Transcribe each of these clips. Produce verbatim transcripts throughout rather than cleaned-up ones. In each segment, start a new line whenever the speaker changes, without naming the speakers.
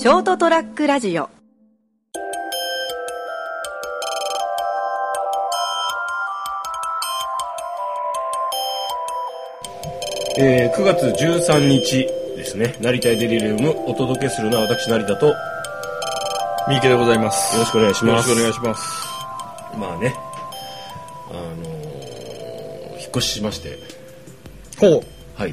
ショートトラックラジオ。
えー、くがつじゅうさんにちですね。成田デリリウムお届けするのは私成田と
三池でございます。
よろしくお願いします。
よろしくお願いします。
まあね、あのー、引っ越ししまして、
ほう、
はい、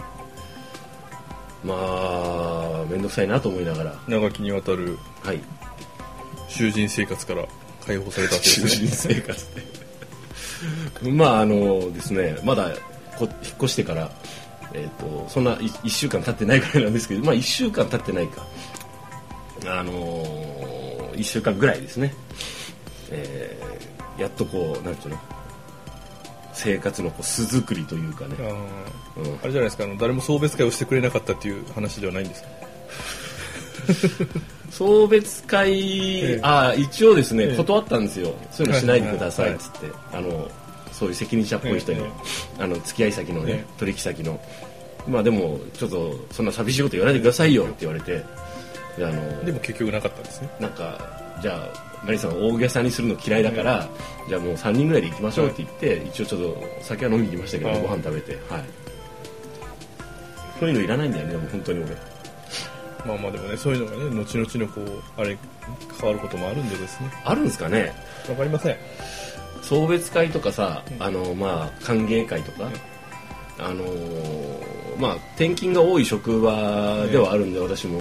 まあめんどくさいなと思いながら
長きにわたる囚人生活から解放されたわけですね。
囚人生活でまああのですね、まだこ引っ越してから、えー、とそんないいっしゅうかん経ってないくらいなんですけど、まあいっしゅうかん経ってないか、あのー、いっしゅうかんぐらいですね、えー、やっとこうなんていうの、生活のこう巣作りというかね、
あ、うん、あれじゃないですか、あの誰も送別会をしてくれなかったっていう話ではないんですか？
送別会、ええ、あ一応ですね、ええ、断ったんですよ。そういうのしないでくださいっつって、はいはいはい、あのそういう責任者っぽい人に、ええ、あの付き合い先のね、ええ、取引先の、まあでもちょっとそんな寂しいこと言わないでくださいよって言われて、で、あの
でも結局なかったんですね。
なんかじゃあマリさん大げさにするの嫌いだから、ええ、じゃあもうさんにんぐらいで行きましょうって言って、はい、一応ちょっと酒は飲みに行きましたけど、ご飯食べて、はい、そういうのいらないんだよね、でも本当に俺。
まあまあでもね、そういうのがね、後々のこうあれ変わることもあるんでですね。
あるんですかね。
わかりません。
送別会とかさ、
うん、
あのまあ歓迎会とか、うん、あのまあ転勤が多い職場ではあるんで、ね、私も。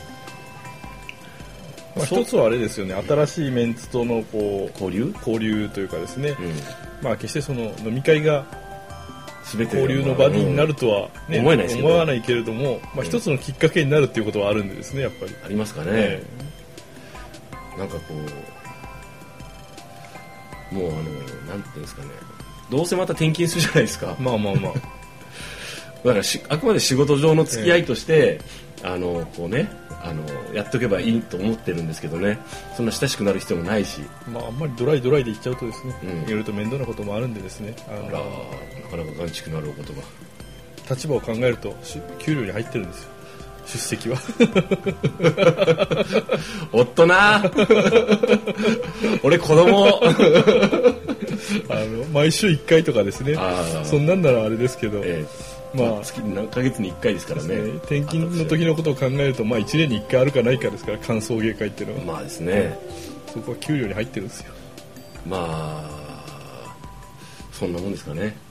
まあ、一つはあれですよね、新しいメンツとのこう
交流
交流というかですね、うん、まあ決してその飲み会が
全て
交流の場になるとは、ね、
思えないですけど、
思わないけれども、まあ、一つのきっかけになるっていうことはあるんでですね、やっぱり
ありますかね、ね、なんかこうもうあのなんていうんですかね、どうせまた転勤するじゃないですか。
まあまあまあ
だからしあくまで仕事上の付き合いとして、えー、あのこうね、あのやっとけばいいと思ってるんですけどね、そんな親しくなる必要もないし、
まあ、あんまりドライドライで言っちゃうとですね、うん、いろいろと面倒なこともあるんでですね、あの
あらなかなか眼蓄のあるお言葉。
立場を考えると給料に入ってるんですよ、出席は。
おっとな俺子供
あの毎週いっかいとかですね、そんなんならあれですけど、えー、まあ、
月何ヶ月にいっかいですからね。
転勤の時のことを考えると、まあ、いちねんにいっかいあるかないかですから、歓送迎会っていうのは。
まあですね、
そこは給料に入ってるんですよ。
まあそんなもんですかね。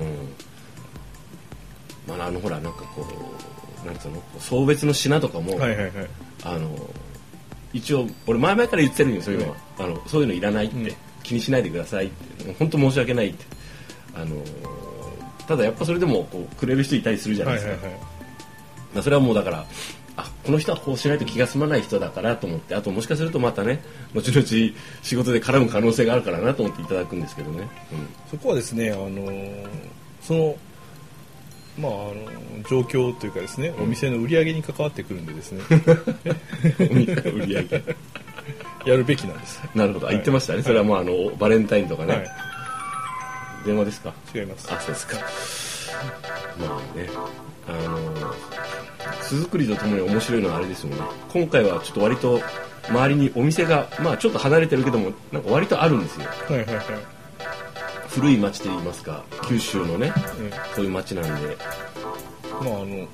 うん、まあ、あのほらなんかこうなんつうの、送別の品とかも、はいはいはい、あの一応俺前々から言ってるんですよ、そういうのは、うん、あのそういうのいらないって、うん、気にしないでくださいって、本当申し訳ないって、あのただやっぱそれでもこうくれる人いたりするじゃないですか、はいはいはい、まあ、それはもうだからあこの人はこうしないと気が済まない人だからと思って、あともしかするとまたね後々仕事で絡む可能性があるからなと思っていただくんですけどね、うん、
そこはですね、あのそのまあ、あの状況というかですね、うん、お店の売り上げに関わってくるんでですね
売り上げ
やるべきなんです。
なるほど、はい、言ってましたね、それはもうあのバレンタインとかね、はい、電話ですか？
違います。
あ、そうですか。まあね、あの巣作りとともに面白いのはあれですよね、今回はちょっと割と周りにお店がまあちょっと離れてるけどもなんか割とあるんですよ、はいはいはい、古い町といいますか、九州のね、うん、そういう町なんで、
まああの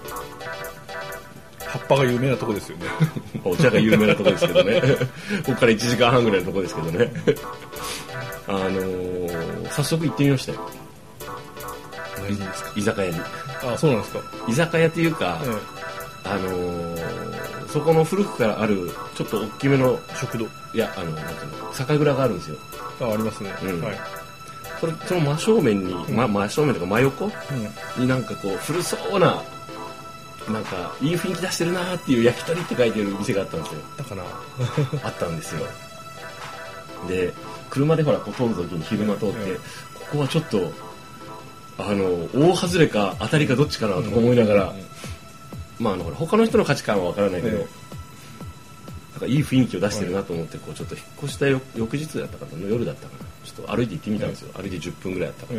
葉っぱが有名なとこですよね。
お茶が有名なとこですけどね。ここからいちじかんはんぐらいのとこですけどね。あのー、早速行ってみましたよ。
何ですか？
居酒屋に。
あ、そうなんですか。
居酒屋っていうか、ええ、あのー、そこの古くからあるちょっと大きめの
食堂、
いや、あのなんていうの、酒蔵があるんですよ。
あ、ありますね、うん、はい。
それその真正面に、うん、ま、真正面とか真横、うん、になんかこう古そうななんかいい雰囲気出してるなーっていう焼き鳥って書いてる店があったんですよ。
だから
あったんですよ。で車でほらこう通る時に昼間通って、うん、ここはちょっとあの大外れか当たりかどっちかなと思いながら、うんうんうん、まああのほら他の人の価値観は分からないけど、うん、なんかいい雰囲気を出してるなと思ってこうちょっと引っ越したよ翌日だったかな、夜だったかな、ちょっと歩いて行ってみたんですよ、うん、歩いてじゅっぷんぐらいだったから、うん、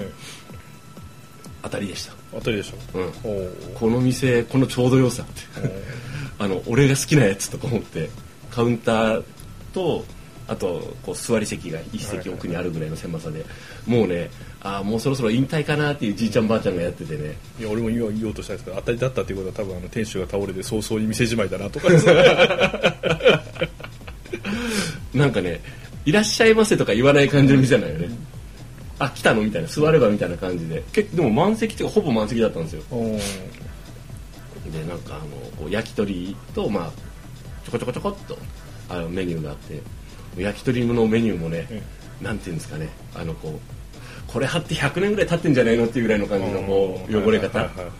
当たりでした。
当たりでした、
うん、この店このちょうど良さってあの俺が好きなやつとか思ってカウンターとあとこう座り席が一席奥にあるぐらいの狭さで、もうねあもうそろそろ引退かなっていうじいちゃんばあちゃんがやっててね。
いや俺も今言おうとしたんですけど、当たりだったっていうことは多分あの店主が倒れて早々に店じまいだなとか
なんかねいらっしゃいませとか言わない感じの店なんよね。あ来たのみたいな、座ればみたいな感じで、結でも満席っていうかほぼ満席だったんですよ。でなんかあのこう焼き鳥とまあちょこちょこちょこっとあのメニューがあって、焼き鳥のメニューもね、うん、なんていうんですかね、あのこうこれ貼ってひゃくねんぐらい経ってんじゃないのっていうぐらいの感じのこう汚れ方、はいはいはいはい、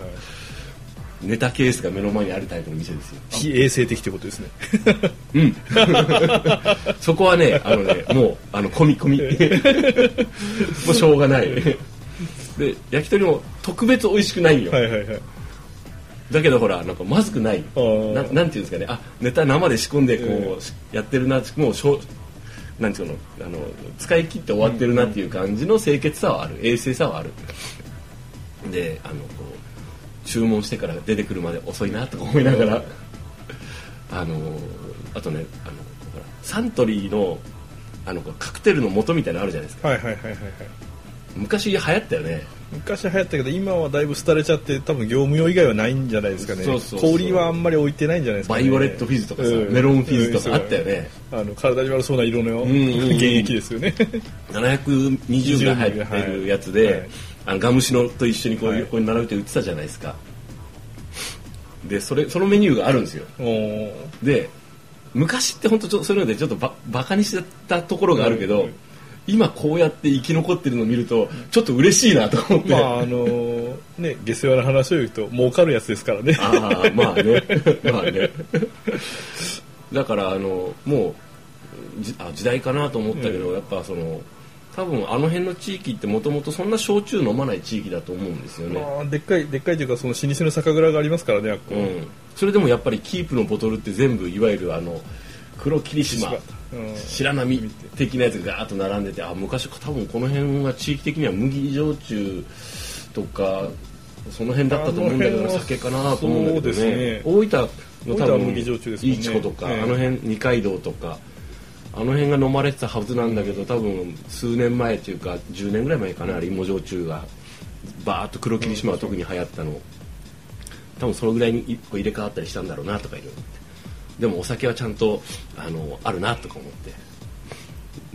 ネタケースが目の前にあるタイプの店ですよ。
非衛生的ってことですね。
うんそこはねあのねもうあの込み込みもうしょうがないで焼き鳥も特別美味しくないよ、はいはいはい、だけどほらなんかまずくない な, なんていうんですかね、あネタ生で仕込んでこう、えー、やってるな、もうしょなんていうの、あの使い切って終わってるなっていう感じの清潔さはある、衛生さはある。であのこう注文してから出てくるまで遅いなとか思いながらあのあとねあのほらサントリーのあのカクテルの素みたいなのあるじゃないですか。
はいはいはいはい、はい、
昔流行ったよね。
昔流行ったけど今はだいぶ廃れちゃって多分業務用以外はないんじゃないですかね。そうそうそう、氷はあんまり置いてないんじゃないですかね。
バイオレットフィズとかさ、うん、メロンフィズとかあったよね、
うん、あの体に悪そうな色の、うんうん、原液ですよね。
ななひゃくにじゅうが入ってるやつで、はい、あのガムシノと一緒にこう、はい、横に並べて売ってたじゃないですか。でそれそのメニューがあるんですよ。で昔って本当ちょっとそういうのでちょっとババカにしてたところがあるけど、うん、今こうやって生き残ってるのを見るとちょっと嬉しいなと思って、
まああのー、ね下世話な話を言うと儲かるやつですからね。
ああまあねまあねだからあのもうじあ時代かなと思ったけど、うん、やっぱその多分あの辺の地域ってもともとそんな焼酎飲まない地域だと思うんですよね。
まあ、でっかいでっかいというかその老舗の酒蔵がありますからね、あっこ、
うん、それでもやっぱりキープのボトルって全部いわゆるあの黒霧島、うん、白波的なやつがガーッと並んでて、あ昔多分この辺は地域的には麦焼酎とかその辺だったと思うんだけど酒かなと思うんだけど ね, ね大分の多分
麦焼酎ですもんね。
いちことか、えー、あの辺二階堂とかあの辺が飲まれてたはずなんだけど、多分数年前というかじゅうねんぐらい前かな、芋焼酎がバーッと黒霧島は特に流行ったの、多分そのぐらいに一個入れ替わったりしたんだろうなとかいろいろ思って、でもお酒はちゃんと あのあるなとか思って、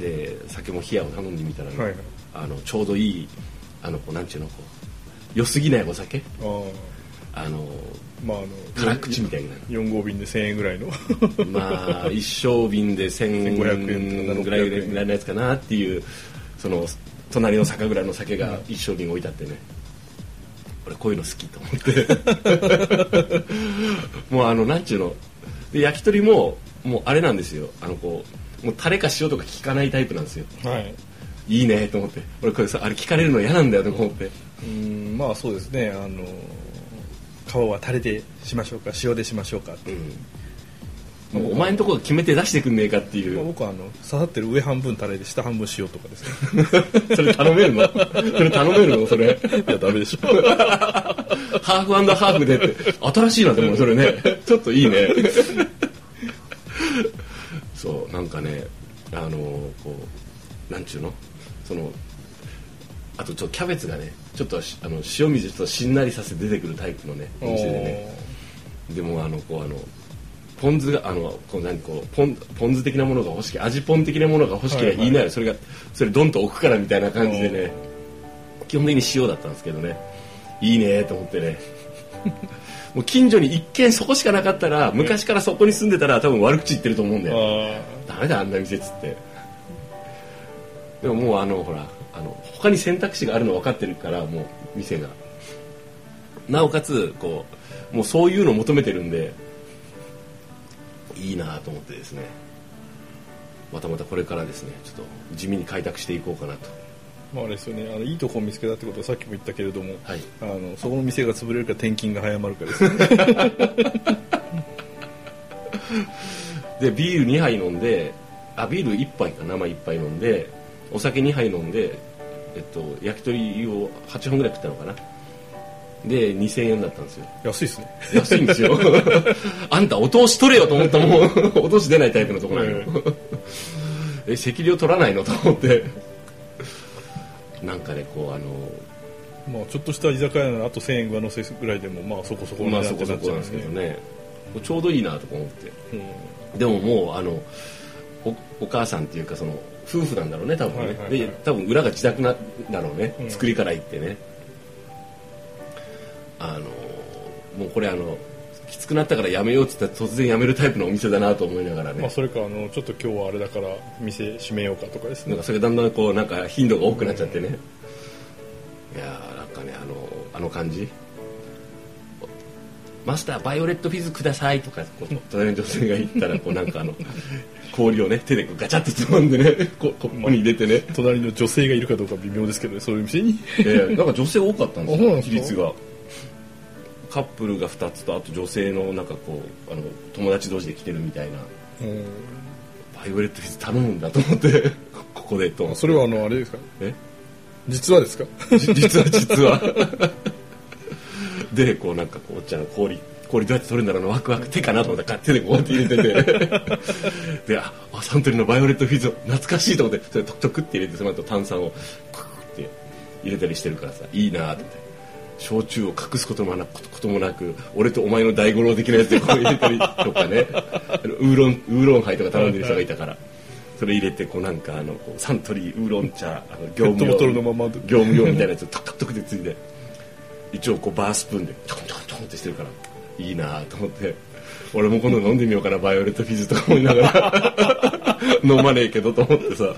で酒も冷やを頼んでみたら、ねはいはい、あのちょうどいいあのこうなんちゅうのこう良すぎないお酒、あの
まあ、あの
辛口みたいな
よん号瓶でせんえんぐらいの
まあ一升瓶でせんごひゃくえんぐらいのやつかなっていう、その隣の酒蔵の酒が一升瓶置いてあってね、俺こういうの好きと思ってもうあのなんちゅうので焼き鳥ももうあれなんですよ、あのこうもうタレか塩とか効かないタイプなんですよ、はい、いいねと思って、俺これさあれ聞かれるの嫌なんだよと思って、
うんまあそうですね、あの皮はタレでしましょうか塩でしましょうかって、
うん、もうお前のところ決めて出してくんねえかっていう、
まあ、僕はあの刺さってる上半分タレで下半分塩とかですね
それ頼めるのそれ頼めるのそれい
やダメでしょ
ハーフ&ハーフでって新しいなでもそれねちょっといいねそうなんかねあのこうなんちゅうのそのあとちょっとキャベツがねちょっとあの塩水ちょっとしんなりさせて出てくるタイプのねお店でね、でもあのこうあのポン酢があのこう何こうポンポン酢的なものが欲しき味ポン的なものが欲しきゃいいなよ、はいはい、それがそれドンと置くからみたいな感じでね、基本的に塩だったんですけどね、いいねと思ってねもう近所に一軒そこしかなかったら、昔からそこに住んでたら多分悪口言ってると思うんだよ。ダメだあんな店っつって。でももうあのほらあの他に選択肢があるの分かってるから、もう店がなおかつこうもうそういうのを求めてるんでいいなと思ってですね、またまたこれからですねちょっと地味に開拓していこうかなと。
まあ、あれですよね、あのいいとこを見つけたってことはさっきも言ったけれども、はい、あのそこの店が潰れるか転勤が早まるかですね
でビールにはい飲んで、あビールいっぱいか生いっぱい飲んで、お酒にはい飲んで、えっと、焼き鳥をはっぽんぐらい食ったのかな。 でにせんえんだったんですよ。
安いですね。
安いんですよあんたお通し取れよと思ったもんお通し出ないタイプのところなのえ席料取らないのと思ってなんかねこうあの
まあちょっとした居酒屋ならあとせんえん上乗せぐらいでもまあそこそこ
まあそこそこなんですけどね、ちょうどいいなとか思って、うん、でももうあの お, お母さんっていうかその夫婦なんだろうね多分ね、はいはいはい、で多分裏が自宅なんだろうね、うん、作りから行ってね、あのもうこれあのきつくなったからやめようって言ったら突然やめるタイプのお店だなと思いながらね、
まあ、それかあのちょっと今日はあれだから店閉めようかとかですね、
なんかそれだんだんこうなんか頻度が多くなっちゃってね、うん、いやーなんかねあのあの感じマスターバイオレットフィズくださいとかこう隣の女性が言ったらこうなんかあの氷をね手でこうガチャッとつまんでねコップに入れてね、
まあ、隣の女性がいるかどうか微妙ですけどねそういう店に
いやなんか女性多かったんですよ比率がカップルがふたつとあと女性のなんかこうあの友達同士で来てるみたいなバイオレットフィズ頼むんだと思ってここでと
それはあのあれですかえ実はですか
実は実はでこうなんかこうおっちゃんの氷氷どうやって取るんだろうのワクワク手かなと思ったら手でこうやって入れててであサントリーのバイオレットフィズ懐かしいと思ってそれトクトクって入れてその後炭酸をククって入れたりしてるからさいいなと思って焼酎を隠すこともなくこともなく俺とお前の大五郎的なやつでこう入れたりとかねウーロンウーロンハイとか頼んでる人がいたからそれ入れてこうなんかあのこうサントリーウーロン茶あの業務用業務用みたいなやつをトクトクでついで一応こうバースプーンでトントントンってしてるからいいなと思って俺も今度飲んでみようかなバイオレットフィズとか思いながら飲まねえけどと思ってさ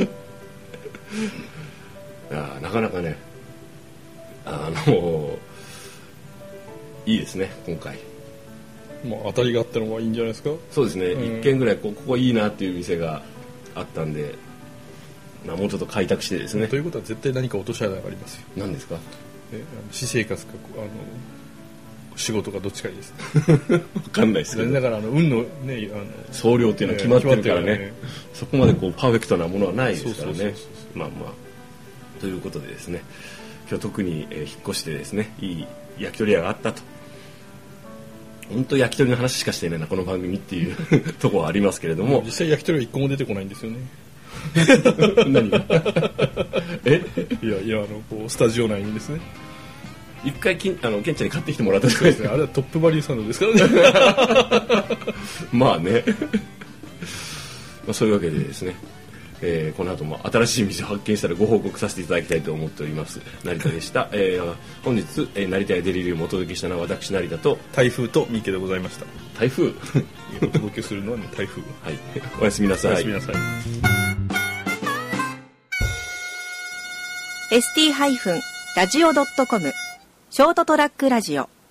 あなかなかねあのいいですね今回、
まあ、当たりがあったのはいいんじゃないですか。
そうですね、うん、いっけんぐらいこここいいなっていう店があったんで、まあ、もうちょっと開拓してですね。
ということは絶対何か落とし穴がありますよ。
何ですか。
えあの私生活かあの仕事かどっちかいいです
分かんないですけど
だからあの運のねあの
総量っていうのは決まってるからね、ねそこまでこうパーフェクトなものはないですからね。まあまあということでですね今日特に、えー、引っ越してですねいい焼き鳥屋があったと本当焼き鳥の話しかしていないなこの番組っていうところはありますけれども
実際焼き鳥は一個も出てこないんですよね
何がえ
いやいやあのこうスタジオ内にですね
一回きんあのケンちゃんに買ってきてもらったじゃないですか。
あれはトップバリューサンドですからね
まあねまあそういうわけでですねえー、この後も新しい店を発見したらご報告させていただきたいと思っております。成田でした、えー、本日、えー、成田やデリリウムをお届けしたのは私成田と
台風と三池でございました。
台風
お届けするのは、ね、台風
はいおやすみなさい。
おやすみなさい。
エスティー ラジオ ドットコム ショートトラックラジオ